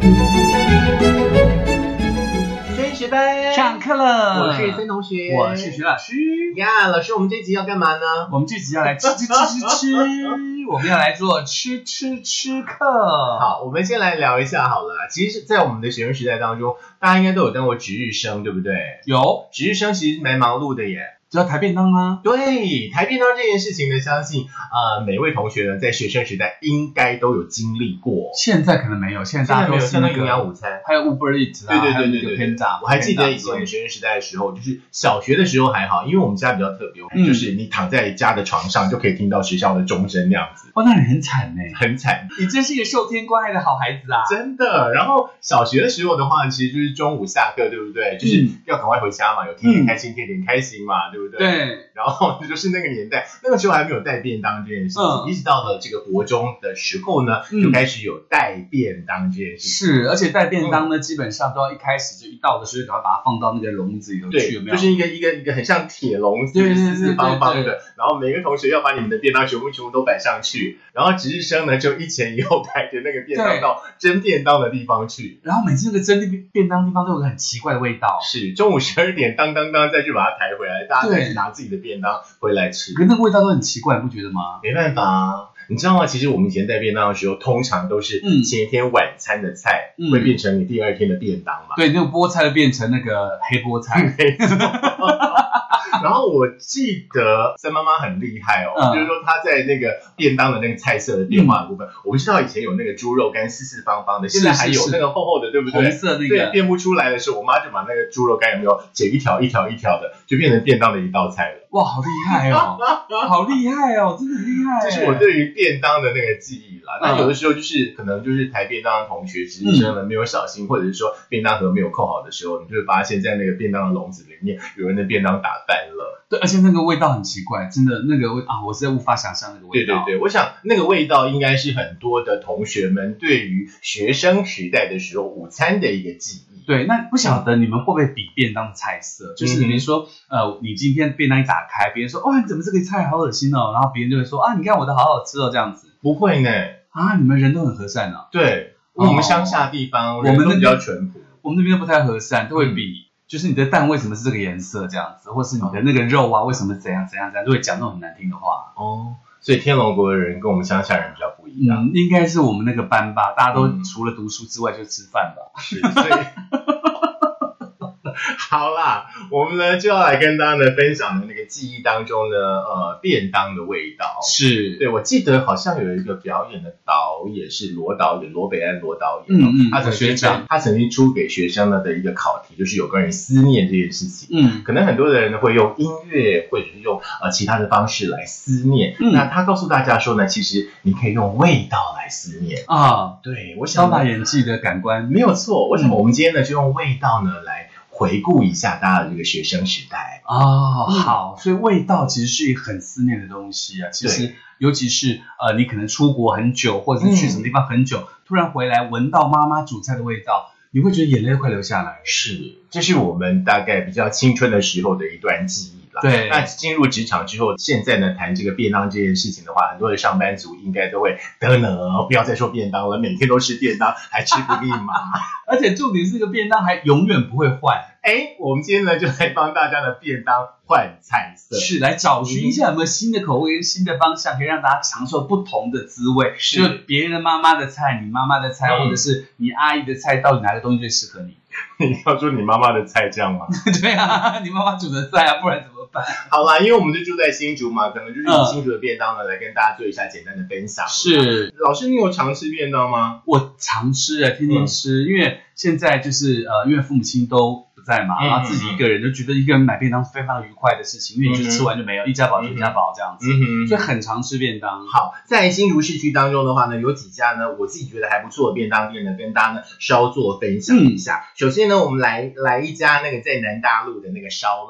学班上课了， 我是森同学， 我是徐老师呀。老师，我们这集要干嘛呢？ 我们这集要来吃，我们要来做吃课。 好，我们先来聊一下好了。其实，在我们的学生时代当中，大家应该都有当过值日生，对不对？ 有， 值日生其实蛮忙碌的耶。 知道抬便当吗？ 对，抬便当这件事情呢，相信每位同学呢，在学生时代应该都有经历过。 现在可能没有，现在大家都是那个营养午餐， 还有 Uber Eats 啊， 对， 偏炸。 我还记得以前我们学生时代的时候，就是小学的时候还好，因为我们家比较特别，就是你躺在家的床上就可以听到学校的钟声那样子。 哇，那你很惨呢， 很惨。 你真是一个受天关爱的好孩子啊！ 真的。然后小学的时候的话，其实就是中午下课，对不对？就是要赶快回家嘛，有天天开心，天天开心嘛，对不对？ 对。 然后就是那个年代，那个时候还没有带便当这件事情，一直到了这个国中的时候呢，就开始有带便当这件事情。 是，而且带便当呢，基本上都要一开始就一到的时候，赶快把它放到那个笼子里头去，有没有？ 就是一个很像铁笼子，四四方方的，然后每个同学要把你们的便当全部都摆上去，然后值日生呢就一前一后抬着那个便当到蒸便当的地方去， 然后每次那个蒸便当地方都有个很奇怪的味道。 是，中午12点当再去把它抬回来，大家再去拿自己的便当回来吃， 可是那个味道都很奇怪，你不觉得吗？ 没办法啊，你知道吗？其实我们以前带便当的时候，通常都是前一天晚餐的菜会变成你第二天的便当嘛。 对，那个菠菜会变成那个黑菠菜。 然后我记得三妈妈很厉害哦，就是说她在那个便当的那个菜色的变化的部分，我不知道以前有那个猪肉干四四方方的，现在还有那个厚厚的，对不对？ 红色那个。 对，变不出来的时候，我妈就把那个猪肉干有没有剪一条一条的，就变成便当的一道菜了。 哇，好厉害哦，好厉害哦，真的很厉害。 这是我对于便当的那个记忆啦。那有的时候就是可能就是抬便当的同学，值日生呢没有小心，或者是说便当盒没有扣好的时候，你就会发现在那个便当的笼子里面有人的便当打翻了。 对，而且那个味道很奇怪，真的那个我实在无法想象那个味道。 对，我想那个味道应该是很多的同学们对于学生时代的时候午餐的一个记忆。 对，那不晓得你们会不会比便当的菜色？就是比如说你今天便当一打开，别人说哇你怎么这个菜好恶心哦，然后别人就会说啊你看我的好好吃哦这样子。 不会呢。 啊，你们人都很和善啊。 对，我们乡下地方我们都比较淳朴， 我们那边都不太和善，都会比就是你的蛋为什么是这个颜色这样子，或是你的那个肉啊为什么怎样，都会讲那种很难听的话。 哦，所以天龙国的人跟我们乡下人比较不一样。 应该是我们那个班吧，大家都除了读书之外就吃饭吧。 是，所以好啦，我们呢就要来跟大家呢分享的那个记忆当中呢，便当的味道。 是， 对，我记得好像有一个表演的导演是罗北安罗导演，他曾经出给学生呢的一个考题，就是有关于思念这件事情。可能很多的人呢会用音乐或者是用其他的方式来思念。那他告诉大家说呢，其实你可以用味道来思念啊。对，我想高大演技的感官没有错。为什么我们今天呢就用味道呢来回顾一下大家的这个学生时代好，所以味道其实是一个很思念的东西啊。其实尤其是你可能出国很久，或者是去什么地方很久，突然回来闻到妈妈煮菜的味道，你会觉得眼泪快流下来。 是，这是我们大概比较青春的时候的一段记忆。 对， 那进入职场之后，现在呢谈这个便当这件事情的话，很多的上班族应该都会不要再说便当了，每天都吃便当还吃不腻嘛。 而且重点是这个便当还永远不会换。 我们今天呢就来帮大家的便当换菜色， 是来找寻一下有没有新的口味跟新的方向，可以让大家尝受不同的滋味。就别人的妈妈的菜，你妈妈的菜，或者是你阿姨的菜，到底哪个东西最适合你？ 你要说你妈妈的菜这样吗？ 对啊，你妈妈煮的菜啊，不然怎么办？ 好啦，因为我们就住在新竹嘛，可能就是以新竹的便当呢来跟大家做一下简单的分享。 是， 老师，你有常吃便当吗？ 我常吃天天吃，因为现在就是因为父母亲都不在嘛，然后自己一个人就觉得一个人买便当非常愉快的事情，因为你就吃完就没有，一家饱全家饱这样子，所以很常吃便当。 好，在新竹市区当中的话呢，有几家呢我自己觉得还不错的便当店呢，跟大家呢稍作分享一下。首先呢，我们来一家那个在南大路的那个烧腊。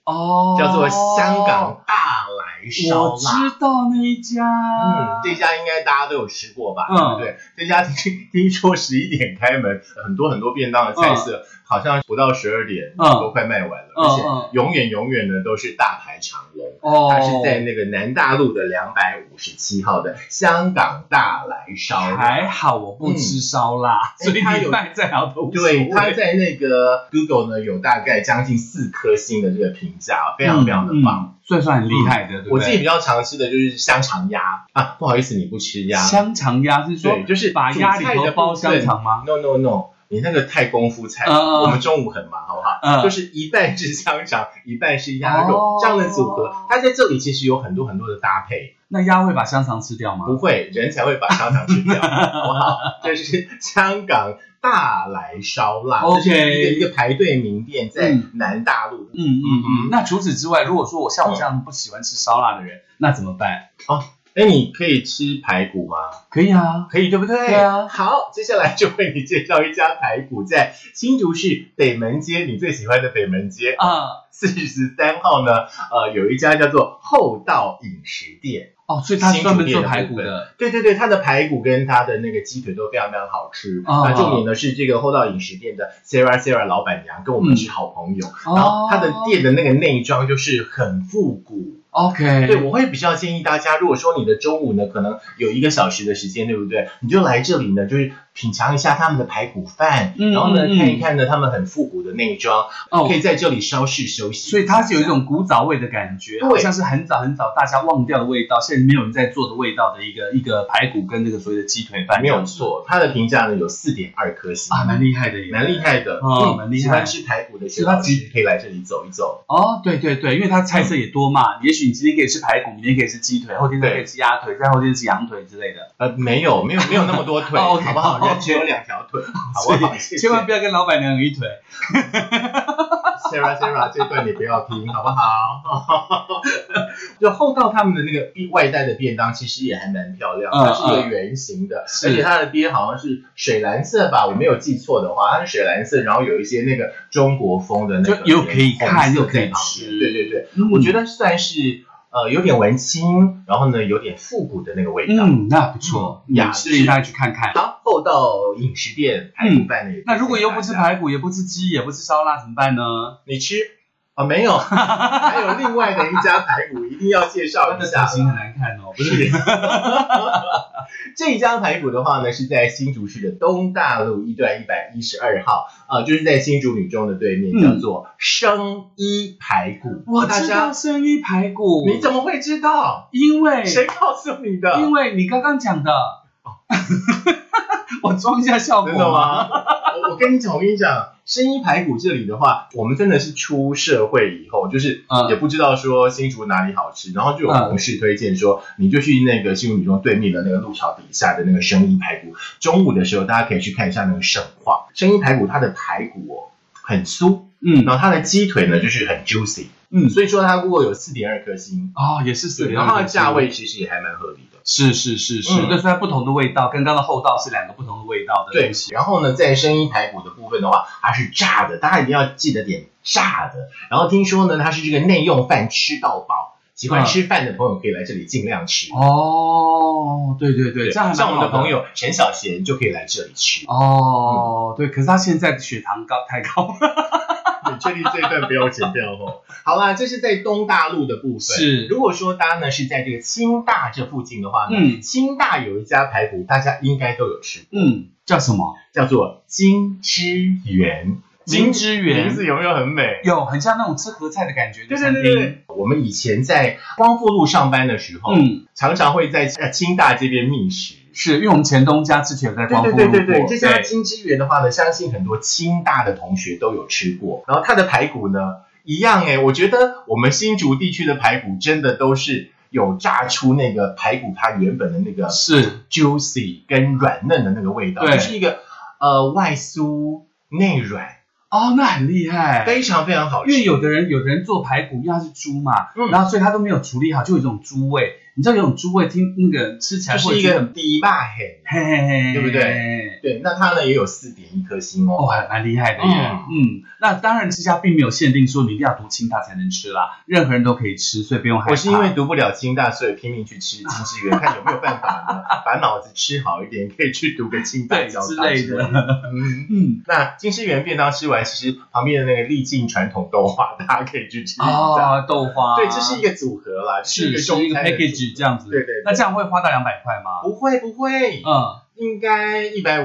叫做香港大来烧腊。 我知道那一家， 这家应该大家都有吃过吧，对不对？这家听说11点开门，很多便当的菜色，好像不到12点都快卖完了，而且永远呢都是大排长龙。它是在那个南大路的257号的香港大来烧腊。 还好我不吃烧腊，所以你卖再好都无所谓。 对，它在那个 Google 呢有大概将近4颗星的这个评价，非常非常的棒。 所以算很厉害的，对不对？ 我自己比较常吃的就是香肠鸭啊，不好意思，你不吃鸭。 香肠鸭是说， 就是把鸭里头包香肠吗 ？No， 你那个太功夫菜了，我们中午很忙，好不好？就是一半是香肠，一半是鸭肉，这样的组合，它在这里其实有很多的搭配。 那鸭会把香肠吃掉吗？ 不会，人才会把香肠吃掉，好不好？这是香港大来烧腊，这是一个排队名店，在南大路。 那除此之外，如果说我像我这样不喜欢吃烧腊的人，那怎么办？ 你可以吃排骨吗？ 可以啊， 可以，对不对？ 对啊。 好，接下来就为你介绍一家排骨，在新竹市北门街，你最喜欢的北门街43号呢，有一家叫做厚道饮食店。 所以他专门做排骨的。 对，他的排骨跟他的那个鸡腿都非常非常好吃。那重点呢是这个厚道饮食店的 Sarah 老板娘跟我们是好朋友，然后他的店的那个内装就是很复古。 OK， 对，我会比较建议大家，如果说你的中午呢，可能有1个小时的时间，对不对？你就来这里呢，就是品尝一下他们的排骨饭，然后呢，看一看呢他们很复古的内装，可以在这里稍事休息。 所以它是有一种古早味的感觉，好像是很早大家忘掉的味道，现在没有人在做的味道的一个排骨跟那个所谓的鸡腿饭。 没有错，它的评价呢有4.2颗星蛮厉害的， 蛮厉害的， 蛮厉害。 喜欢吃排骨的学老师可以来这里走一走。 对，因为它菜色也多嘛，也许你今天可以吃排骨，明天可以吃鸡腿，后天再可以吃鸭腿，再后天吃羊腿之类的。 没有那么多腿，好不好？人只有2条腿，好不好？ 千万不要跟老板娘有一腿。 Sarah 这段你不要听，好不好？就厚道他们的那个外带的便当其实也还蛮漂亮，它是一个圆形的，而且它的边好像是水蓝色吧，我没有记错的话，它是水蓝色，然后有一些那个中国风的那个， 又可以看又可以吃， 对，我觉得算是有点文青，然后呢有点复古的那个味道， 那不错，建议大家去看看。 好，厚道饮食店排骨饭的， 那如果又不吃排骨，也不吃鸡，也不吃烧腊，怎么办呢？ 你吃没有，还有另外的一家排骨一定要介绍一下， 它的型很难看哦，不是。 这一家排骨的话呢，是在新竹市的东大路1段112号，就是在新竹女中的对面，叫做生一排骨。 我知道生一排骨， 你怎么会知道？ 因为谁告诉你的？ 因为你刚刚讲的。我装一下效果。 真的吗？我跟你讲，生一排骨这里的话，我们真的是出社会以后，就是也不知道说新竹哪里好吃，然后就有同事推荐说，你就去那个新竹女中对面的那个路桥底下的那个生一排骨，中午的时候大家可以去看一下那个盛况。生一排骨它的排骨很酥，然后它的鸡腿呢就是很 juicy，所以说它如果有4.2颗星也是4.2颗星， 然后它的价位其实也还蛮合理的。 是，对，虽然不同的味道，跟刚刚的厚道是2个不同的味道的东西。 对，然后呢，在生一排骨的部分的话，它是炸的，大家一定要记得点炸的。然后听说呢，它是这个内用饭吃到饱，喜欢吃饭的朋友可以来这里尽量吃。 对，这样像我们的朋友陈小贤就可以来这里吃。 对，可是他现在的血糖太高。 你确定这一段不要剪掉哦？好啦，这是在东大路的部分。 是， 如果说大家呢是在这个清大这附近的话呢，清大有一家排骨，大家应该都有吃。 叫什么？ 叫做金之源。 金之源名字有没有很美？ 有，很像那种吃合菜的感觉。 对。我们以前在光复路上班的时候，常常会在清大这边觅食。 是因为我们前东家之前有在光复路过。 对，这家金之源的话呢，相信很多清大的同学都有吃过。然后它的排骨呢，一样我觉得我们新竹地区的排骨真的都是有炸出那个排骨它原本的那个是 juicy 跟软嫩的那个味道，就是一个外酥内软。 那很厉害， 非常非常好吃。 因为有的人做排骨，因为它是猪嘛，然后所以它都没有处理好，就有一种猪味。你知道有种猪味，听那个吃起来就是一个低霸黑，对不对？ 对，那它呢也有4.1颗星哦， 还蛮厉害的耶。那当然这家并没有限定说你一定要读清大才能吃啦，任何人都可以吃，所以不用害怕。 我是因为读不了清大，所以拼命去吃金智园，看有没有办法呢，把脑子吃好一点，可以去读个清大交大之类的。那金智园便当吃完，其实旁边的那个丽境传统豆花，大家可以去吃一下。 豆花， 对，这是一个组合啦， 是一个中餐一个 package 这样子。 对。 那这样会花到200块吗？ 不会，应该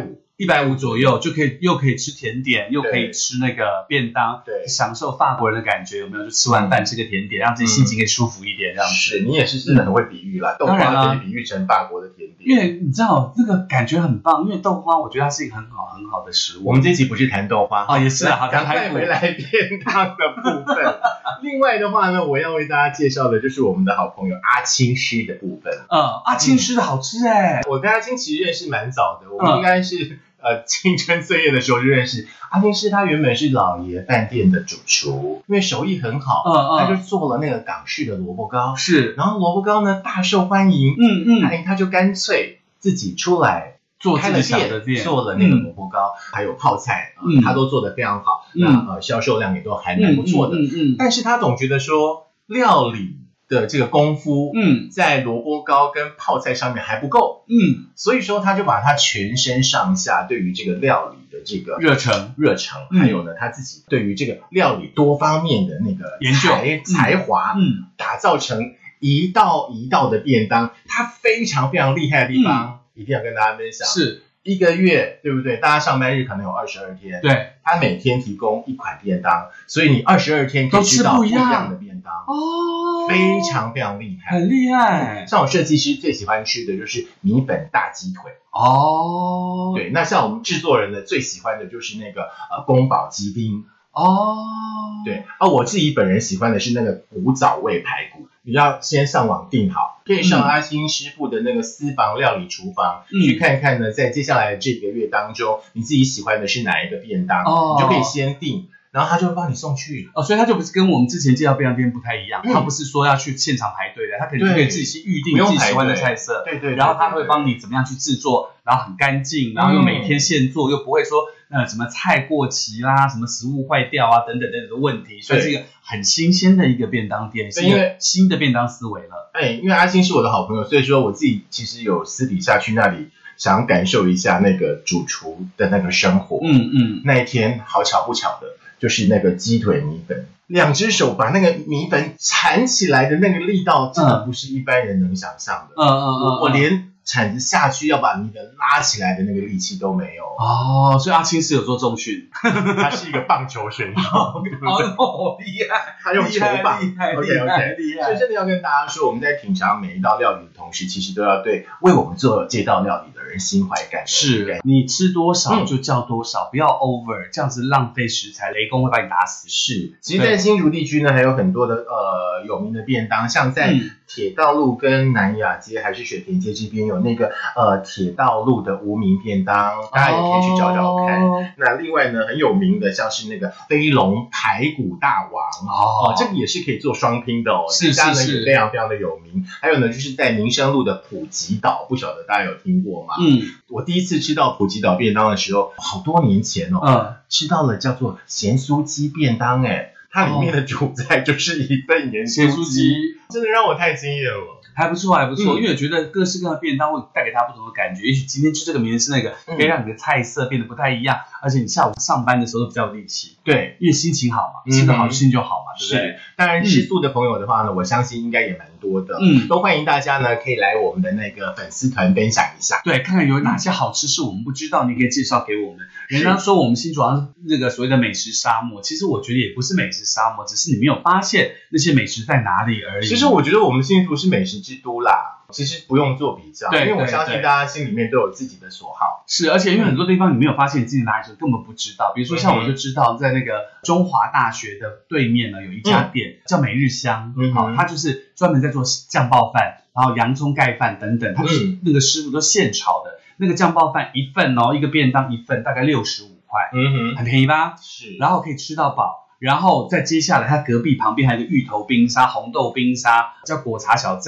150 左右就可以，又可以吃甜点，又可以吃那个便当， 对， 享受法国人的感觉，有没有？就吃完饭吃个甜点，让自己心情可以舒服一点，这样子。 是你也是真的很会比喻啦，豆花可以比喻成法国的甜点， 因为你知道这个感觉很棒，因为豆花我觉得它是一个很好的食物。 我们这期不是谈豆花也是啊， 赶快回来便当的部分。另外的话呢，我要为大家介绍的就是我们的好朋友阿青师的部分。 阿青师的好吃我跟阿青其实认识蛮早的，我们应该是青春岁月的时候就认识。阿青师他原本是老爷饭店的主厨，因为手艺很好，他就做了那个港式的萝卜糕， 是， 然后萝卜糕呢大受欢迎，他就干脆自己出来开了店，做了那个萝卜糕，还有泡菜，他都做得非常好，那销售量也都还蛮不错的。但是他总觉得说料理的这个功夫，在萝卜糕跟泡菜上面还不够，所以说他就把他全身上下对于这个料理的这个热忱，还有呢他自己对于这个料理多方面的那个研究才华，打造成一道一道的便当。他非常非常厉害的地方，一定要跟大家分享。 是 1个月，对不对？大家上班日可能有22天， 对， 他每天提供1款便当，所以你22天可以吃到不一样的便当，非常非常厉害， 很厉害。 像我设计师最喜欢吃的就是米粉大鸡腿，对，那像我们制作人呢最喜欢的就是那个宫保鸡丁，对，我自己本人喜欢的是那个古早味排骨。你要先上网订好，可以上阿星师傅的那个私房料理厨房，去看看呢，在接下来的这个月当中，你自己喜欢的是哪一个便当，你就可以先订，然后他就会帮你送去。所以他就不是跟我们之前介绍便当店不太一样，他不是说要去现场排队的，他可能就可以自己去预定自己喜欢的菜色，对，然后他会帮你怎么样去制作，然后很干净，然后又每天现做，又不会说什么菜过期啦，什么食物坏掉啊等等的问题，所以是一个很新鲜的一个便当店，是一个新的便当思维了。 因为阿星是我的好朋友，所以说我自己其实有私底下去那里想感受一下那个主厨的那个生活。那一天好巧不巧的，就是那个鸡腿米粉，2只手把那个米粉铲起来的那个力道，真的不是一般人能想象的。我连铲子下去要把米粉拉起来的那个力气都没有。 所以阿青是有做重训， 他是一个棒球选手，好厉害， 他用球棒， 厉害， 所以真的要跟大家说，我们在品尝每一道料理的同时，其实都要对为我们做这道料理的人心怀感恩。 是，你吃多少就叫多少，不要 over， 这样子浪费食材，雷公会把你打死。 是，其实在新竹地区呢，还有很多的有名的便当，像在铁道路跟南雅街还是水田街这边有那个铁道路的无名便当，大家也可以去找找看。那另外呢，很有名的像是那个飞龙排骨大王，这个也是可以做双拼的这家呢也非常非常的有名。还有呢，就是在民生路的普吉岛，不晓得大家有听过吗？我第一次吃到普吉岛便当的时候，好多年前吃到了叫做咸酥鸡便当，它里面的主菜就是一份盐酥鸡，真的让我太惊艳了。 还不错，因为我觉得各式各样的便当会带给他不同的感觉。也许今天吃这个，明天吃那个，可以让你的菜色变得不太一样，而且你下午上班的时候都比较有力气。 对， 因为心情好嘛，吃得好心情就好嘛，对不对？ 当然吃素的朋友的话呢，我相信应该也蛮多的，都欢迎大家呢可以来我们的那个粉丝团分享一下， 对，看看有哪些好吃是我们不知道，你可以介绍给我们。人家说我们新竹好像是那个所谓的美食沙漠，其实我觉得也不是美食沙漠，只是你没有发现那些美食在哪里而已。 其实我觉得我们新竹是美食之都啦。其实不用做比较，因为我相信大家心里面都有自己的所好。 是，而且因为很多地方你没有发现你自己哪里是根本不知道。比如说像我就知道，在那个中华大学的对面呢，有一家店叫每日香，它就是专门在做酱爆饭，然后洋葱盖饭等等，它就是那个师傅都现炒的。那个酱爆饭一份一个便当一份大概65块，很便宜吧？是，然后可以吃到饱。然后再接下来，它隔壁旁边还有一个芋头冰沙、红豆冰沙，叫果茶小站。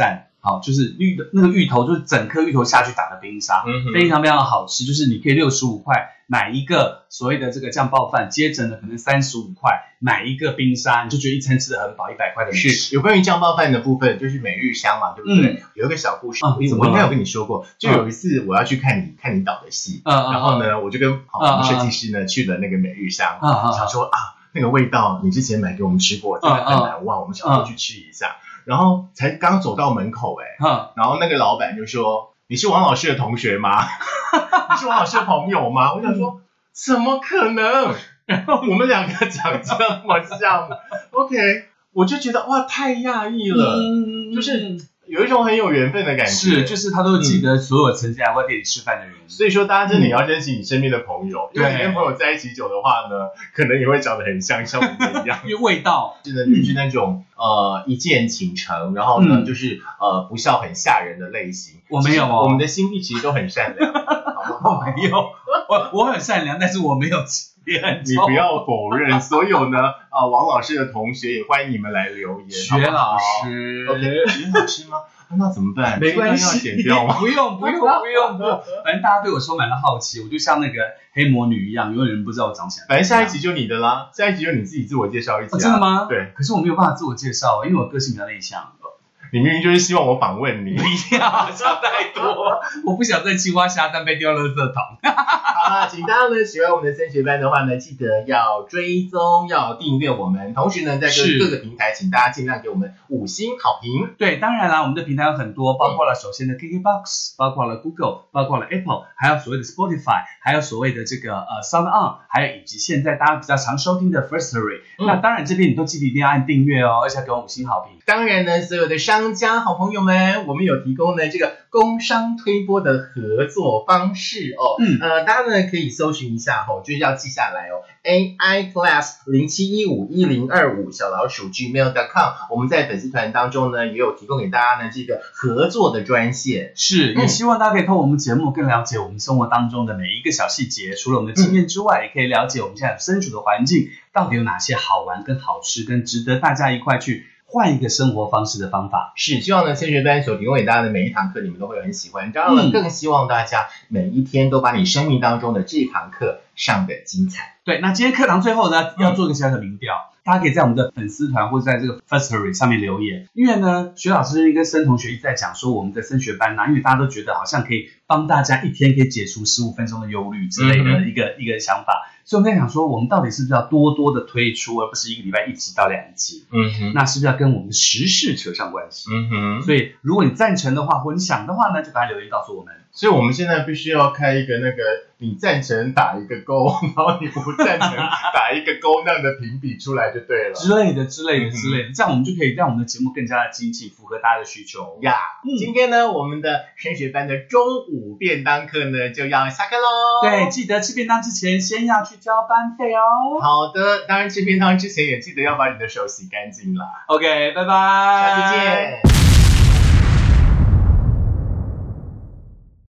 好，就是那个芋头，就是整颗芋头下去打的冰沙，非常非常好吃。就是你可以65块买一个所谓的这个酱爆饭，接着呢可能35块买一个冰沙，你就觉得一餐吃得很饱，100块的美食。 是有关于酱爆饭的部分，就是每日香嘛，对不对？有一个小故事，我应该有跟你说过，就有一次我要去看你导的戏，然后呢，我就跟设计师呢去了那个每日香，想说那个味道你之前买给我们吃过，真的很难忘，我们想要去吃一下。然后才刚走到门口，然后那个老板就说：“你是王老师的同学吗？你是王老师的朋友吗？”我想说，怎么可能？然后我们两个长这么像，OK， 我就觉得哇，太讶异了，就是有一种很有缘分的感觉。 是，就是他都记得所有曾经来过店里吃饭的人。 所以说，大家真的也要珍惜你身边的朋友，因为你跟朋友在一起久的话呢，可能也会长得很像我们一样。 因为味道真的就是那种一见倾城，然后呢就是不笑很吓人的类型。 我没有我们的心地其实都很善良。 我没有，我很善良，但是我没有。 你不要否认，所有呢王老师的同学也欢迎你们来留言。 学老师 ，OK， 学老师吗？那怎么办？ 没关系， 要剪掉吗？ 不用，反正大家对我充满了好奇，我就像那个黑魔女一样，永远人不知道我长什么样。 反正下一集就你的啦，下一集就你自己自我介绍一集。 真的吗？ 对。 可是我没有办法自我介绍，因为我个性比较内向。 你明明就是希望我访问你， 不要想太多，我不想在青蛙下蛋被丢垃圾桶。 好啦，请大家呢喜欢我们的升学班的话呢，记得要追踪，要订阅我们，同时呢在各个平台，请大家尽量给我们5星好评。 对，当然啦，我们的平台有很多，包括了首先的 KKBOX， 包括了 Google， 包括了 Apple， 还有所谓的 Spotify， 还有所谓的这个Sound On， 还有以及现在大家比较常收听的 Firstory。那当然这边你都记得一定要按订阅哦，而且要给我们5星好评。 当然呢，所有的商家好朋友们，我们有提供呢这个工商推播的合作方式哦。大家呢可以搜寻一下就是要记下来哦。AIClass07151025小老鼠 gmail.com， 我们在粉丝团当中呢也有提供给大家呢这个合作的专线。 是，也希望大家可以透过我们节目更了解我们生活当中的每一个小细节，除了我们的经验之外，也可以了解我们现在身处的环境到底有哪些好玩跟好吃跟值得大家一块去换一个生活方式的方法。 是，希望呢升学班所提供给大家的每一堂课你们都会很喜欢，当然了更希望大家每一天都把你生命当中的这堂课上得精彩。 对，那今天课堂最后呢要做一个小小的民调，大家可以在我们的粉丝团或者在这个 Firstory 上面留言，因为呢学老师跟森同学一直在讲说我们的升学班因为大家都觉得好像可以帮大家一天可以解除15分钟的忧虑之类的一个想法，所以我们在想说我们到底是不是要多多的推出，而不是一个礼拜1集到2集。那是不是要跟我们的时事扯上关系？所以如果你赞成的话或你想的话呢，就赶快留言告诉我们。 所以我们现在必须要开一个那个你赞成打一个勾，然后你不赞成打一个勾，那样的评比出来就对了， 之类的，这样我们就可以让我们的节目更加的精进，符合大家的需求呀。今天呢我们的升学班的中午便当课呢就要下课咯。 对，记得吃便当之前先要去交班费哦。 好的，当然吃便当之前也记得要把你的手洗干净啦。 OK， 拜拜， 下次见。